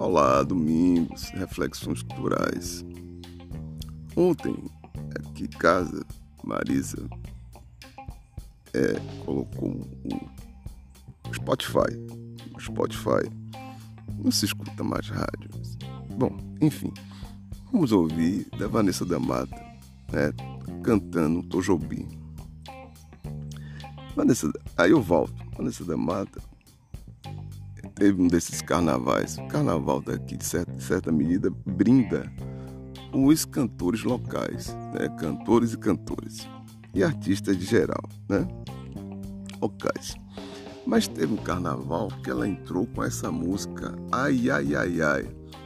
Olá, Domingos, reflexões culturais. Ontem, aqui em casa, Marisa colocou o Spotify. O Spotify não se escuta mais rádio. Bom, enfim, vamos ouvir da Vanessa da Mata, cantando Tojobi. Aí eu volto. Vanessa da Mata teve um desses carnavais. O carnaval daqui, de certa medida, brinda os cantores locais, cantores e cantoras, e artistas de geral, locais. Mas teve um carnaval que ela entrou com essa música, ai, ai, ai, ai.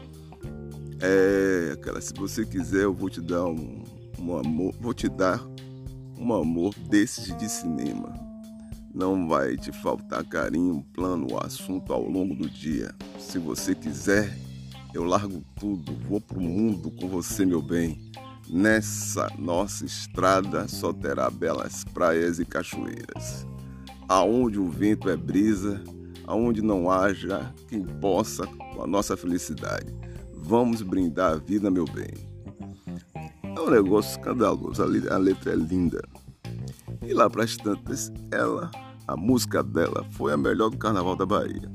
Aquela, se você quiser, eu vou te dar um amor, vou te dar um amor desses de cinema. Não vai te faltar carinho, plano, assunto ao longo do dia. Se você quiser, eu largo tudo, vou pro mundo com você, meu bem. Nessa nossa estrada só terá belas praias e cachoeiras. Aonde o vento é brisa, aonde não haja quem possa com a nossa felicidade. Vamos brindar a vida, meu bem. É um negócio escandaloso, a letra é linda. E lá para as tantas, a música dela foi a melhor do Carnaval da Bahia.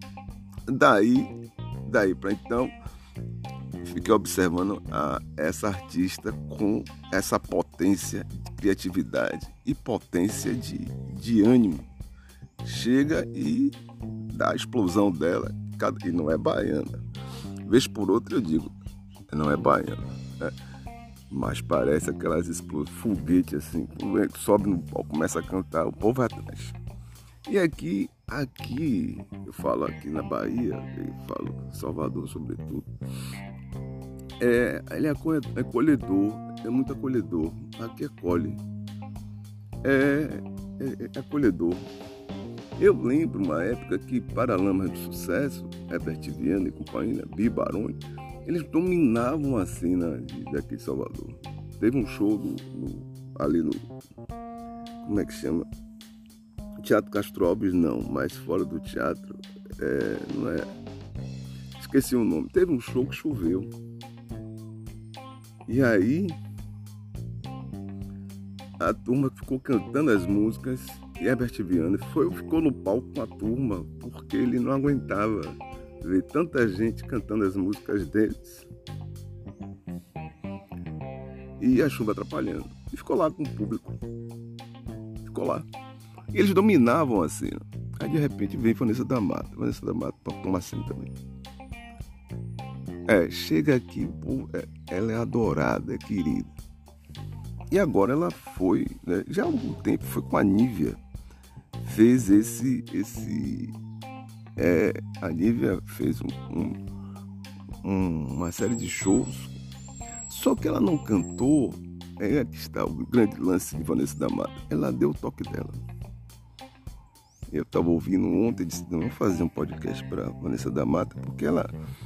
Daí para então, fiquei observando essa artista com essa potência de criatividade e potência de ânimo. Chega e dá a explosão dela, e não é baiana. Vez por outra eu digo, não é baiana, mas parece aquelas explosões, foguete assim, sobe no palco, começa a cantar, o povo vai atrás. E aqui, eu falo aqui na Bahia, eu falo Salvador sobretudo, ele é acolhedor, é muito acolhedor, aqui acolhe, é acolhedor. Eu lembro uma época que Paralamas do Sucesso, Herbert Viana e companhia, Bi Baroni, eles dominavam a cena daqui de Salvador. Teve um show ali no, como é que chama? Teatro Castro Alves não, mas fora do teatro, não é? Esqueci o nome. Teve um show que choveu. E aí, a turma ficou cantando as músicas e Herbert Viana ficou no palco com a turma porque ele não aguentava ver tanta gente cantando as músicas deles e a chuva atrapalhando. E ficou lá com o público. Ficou lá. E eles dominavam a cena. Aí de repente veio Vanessa da Mata toma assim também. Chega aqui, ela é adorada, é querida. E agora ela foi, já há algum tempo, foi com a Nívia. Fez a Nívia fez uma série de shows, só que ela não cantou, aqui está o grande lance de Vanessa da Mata, ela deu o toque dela. Eu estava ouvindo ontem, disse, não, vou fazer um podcast para Vanessa da Mata, porque ela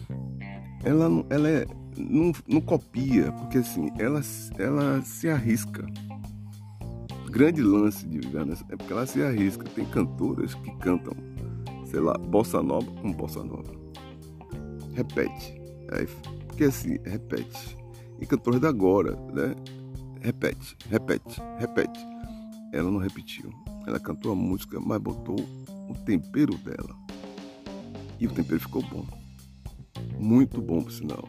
não copia, porque assim, ela se arrisca. Grande lance de Vanessa é porque ela se arrisca. Tem cantoras que cantam, sei lá, bossa nova com bossa nova. Repete. Porque assim, repete. E cantores da agora, repete. Ela não repetiu. Ela cantou a música, mas botou o tempero dela. E o tempero ficou bom. Muito bom, por sinal.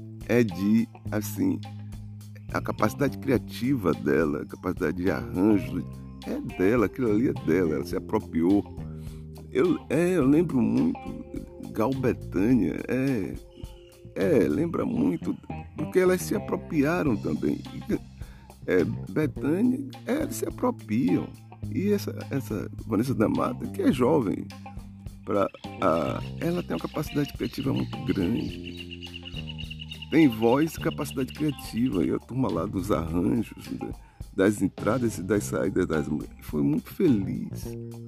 A capacidade criativa dela, a capacidade de arranjo, é dela, aquilo ali é dela, ela se apropriou. Eu lembro muito Gal Bethânia, lembra muito, porque elas se apropriaram também. Bethânia, elas se apropriam. E essa Vanessa da Mata, que é jovem, ela tem uma capacidade criativa muito grande. Tem voz e capacidade criativa. E a turma lá dos arranjos, das entradas e das saídas das mulheres, foi muito feliz.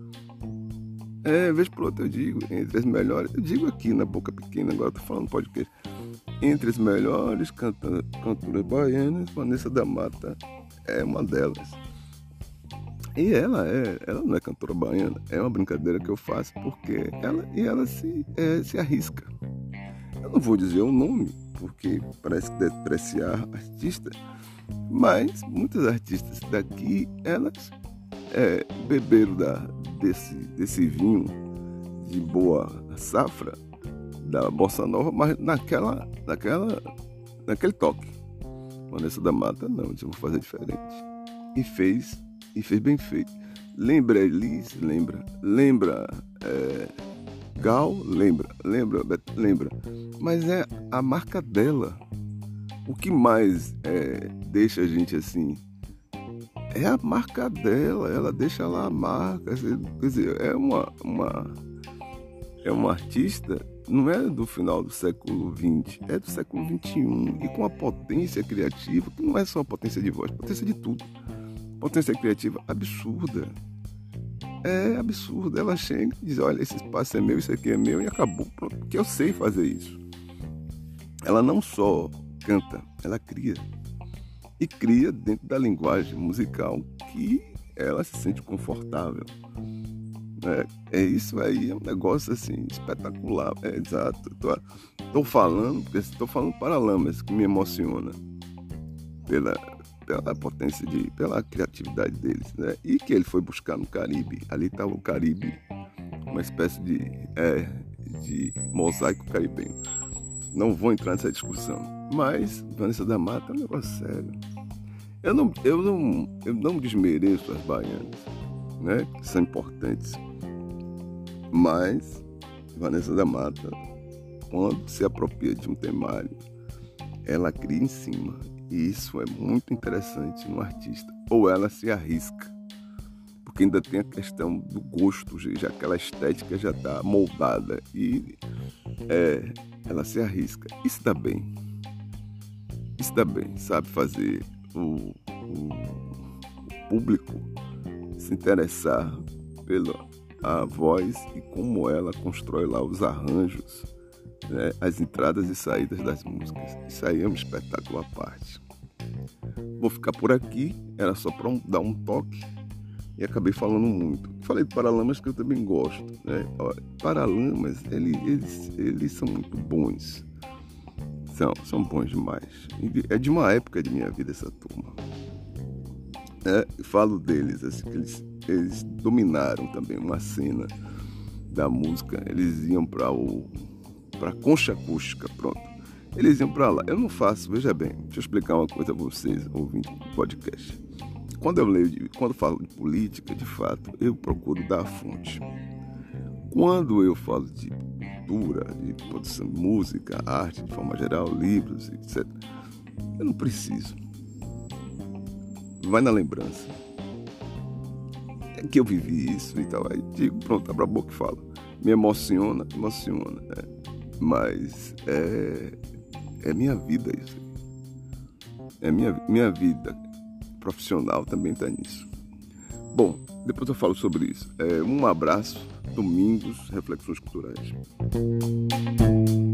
Vez por outra eu digo, entre as melhores, eu digo aqui na Boca Pequena, agora estou falando podcast, entre as melhores cantoras baianas, Vanessa da Mata é uma delas. E ela não é cantora baiana, é uma brincadeira que eu faço porque ela se arrisca. Eu não vou dizer o nome, porque parece que depreciar artista, mas muitas artistas daqui, elas beberam desse vinho de boa safra da Bossa Nova, mas naquele toque. Vanessa da Mata não, eu vou fazer diferente. E fez bem feito. Lembra Elis? Lembra Gal? Lembra. Mas é a marca dela. O que mais deixa a gente assim é a marca dela. Ela deixa lá a marca. Quer dizer, é uma artista, não é do final do século XX, é do século XXI. E com a potência criativa, que não é só a potência de voz, potência de tudo. Potência criativa absurda. É absurdo. Ela chega e diz, olha, esse espaço é meu, isso aqui é meu, e acabou. Pronto, porque eu sei fazer isso. Ela não só canta, ela cria. E cria dentro da linguagem musical que ela se sente confortável. Isso aí, é um negócio assim, espetacular. Exato. Estou falando Paralamas, que me emociona pela potência, pela criatividade deles, né? E que ele foi buscar no Caribe. Ali estava o Caribe, uma espécie de mosaico caribenho. Não vou entrar nessa discussão, mas Vanessa da Mata é um negócio sério. Eu não desmereço as baianas, né? Que são importantes, mas Vanessa da Mata, quando se apropria de um temário, ela cria em cima. E isso é muito interessante no artista. Ou ela se arrisca, porque ainda tem a questão do gosto, já aquela estética já está moldada. E ela se arrisca. Isso dá bem, sabe fazer o público se interessar pela voz e como ela constrói lá os arranjos, né, as entradas e saídas das músicas. Isso aí é um espetáculo à parte. Vou ficar por aqui, era só para dar um toque e acabei falando muito. Falei de Paralamas, que eu também gosto, né? Paralamas, eles são muito bons, são bons demais. É de uma época de minha vida essa turma. Falo deles, assim, que eles dominaram também uma cena da música. Eles iam para Concha Acústica, pronto. Eles iam para lá. Eu não faço, veja bem, deixa eu explicar uma coisa a vocês, ouvindo o podcast. Quando falo de política, de fato, eu procuro dar a fonte. Quando eu falo de cultura, de produção de música, arte, de forma geral, livros, etc., eu não preciso. Vai na lembrança. É que eu vivi isso e tal. Aí digo, pronto, abra a boca e falo. Me emociona. Mas é minha vida isso. É minha vida profissional também está nisso. Bom, depois eu falo sobre isso. Um abraço, Domingos, Reflexões Culturais.